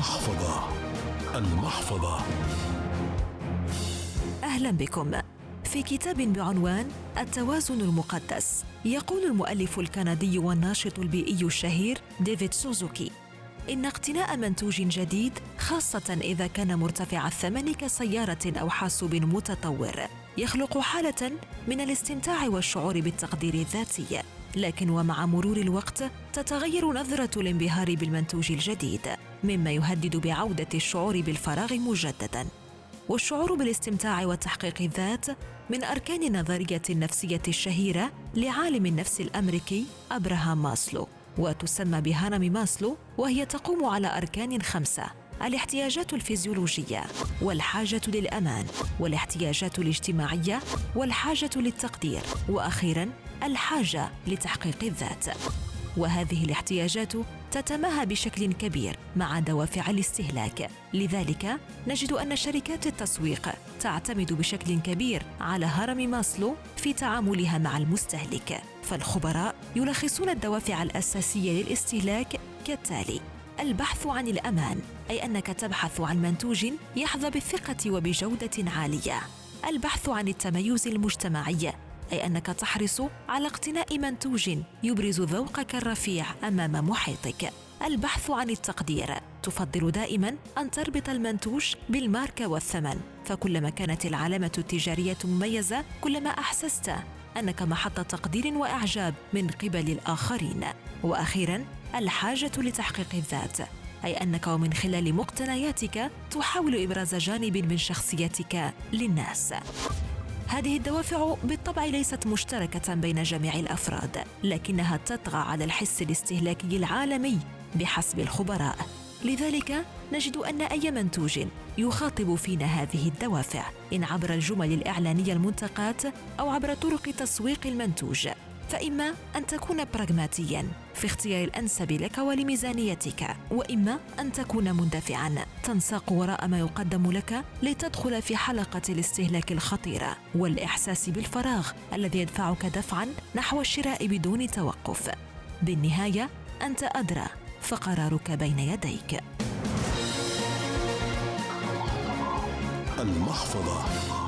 المحفظة. أهلا بكم. في كتاب بعنوان التوازن المقدس، يقول المؤلف الكندي والناشط البيئي الشهير ديفيد سوزوكي: إن اقتناء منتوج جديد، خاصة إذا كان مرتفع الثمن كسيارة أو حاسوب متطور، يخلق حالة من الاستمتاع والشعور بالتقدير الذاتي. لكن ومع مرور الوقت تتغير نظرة الانبهار بالمنتوج الجديد، مما يهدد بعودة الشعور بالفراغ مجدداً. والشعور بالاستمتاع وتحقيق الذات من أركان النظرية النفسية الشهيرة لعالم النفس الأمريكي أبراهام ماسلو، وتسمى بهرم ماسلو، وهي تقوم على أركان 5: الاحتياجات الفيزيولوجية، والحاجة للأمان، والاحتياجات الاجتماعية، والحاجة للتقدير، وأخيراً الحاجة لتحقيق الذات. وهذه الاحتياجات تتماهى بشكل كبير مع دوافع الاستهلاك، لذلك نجد أن شركات التسويق تعتمد بشكل كبير على هرم ماسلو في تعاملها مع المستهلك. فالخبراء يلخصون الدوافع الأساسية للاستهلاك كالتالي: البحث عن الأمان، أي أنك تبحث عن منتوج يحظى بالثقة وبجودة عالية. البحث عن التميز المجتمعي، أي أنك تحرص على اقتناء منتوج يبرز ذوقك الرفيع أمام محيطك. البحث عن التقدير، تفضل دائماً أن تربط المنتوج بالماركة والثمن، فكلما كانت العلامة التجارية مميزة كلما أحسست أنك محط تقدير وإعجاب من قبل الآخرين. وأخيراً الحاجة لتحقيق الذات، أي أنك ومن خلال مقتنياتك تحاول إبراز جانب من شخصيتك للناس. هذه الدوافع بالطبع ليست مشتركة بين جميع الأفراد، لكنها تطغى على الحس الاستهلاكي العالمي بحسب الخبراء. لذلك نجد أن أي منتوج يخاطب فينا هذه الدوافع، إن عبر الجمل الإعلانية المنتقاة أو عبر طرق تسويق المنتوج، فإما أن تكون براغماتياً في اختيار الأنسب لك ولميزانيتك، وإما أن تكون مندفعاً تنساق وراء ما يقدم لك لتدخل في حلقة الاستهلاك الخطيرة والإحساس بالفراغ الذي يدفعك دفعاً نحو الشراء بدون توقف. بالنهاية أنت أدرى، فقرارك بين يديك. المحفظة.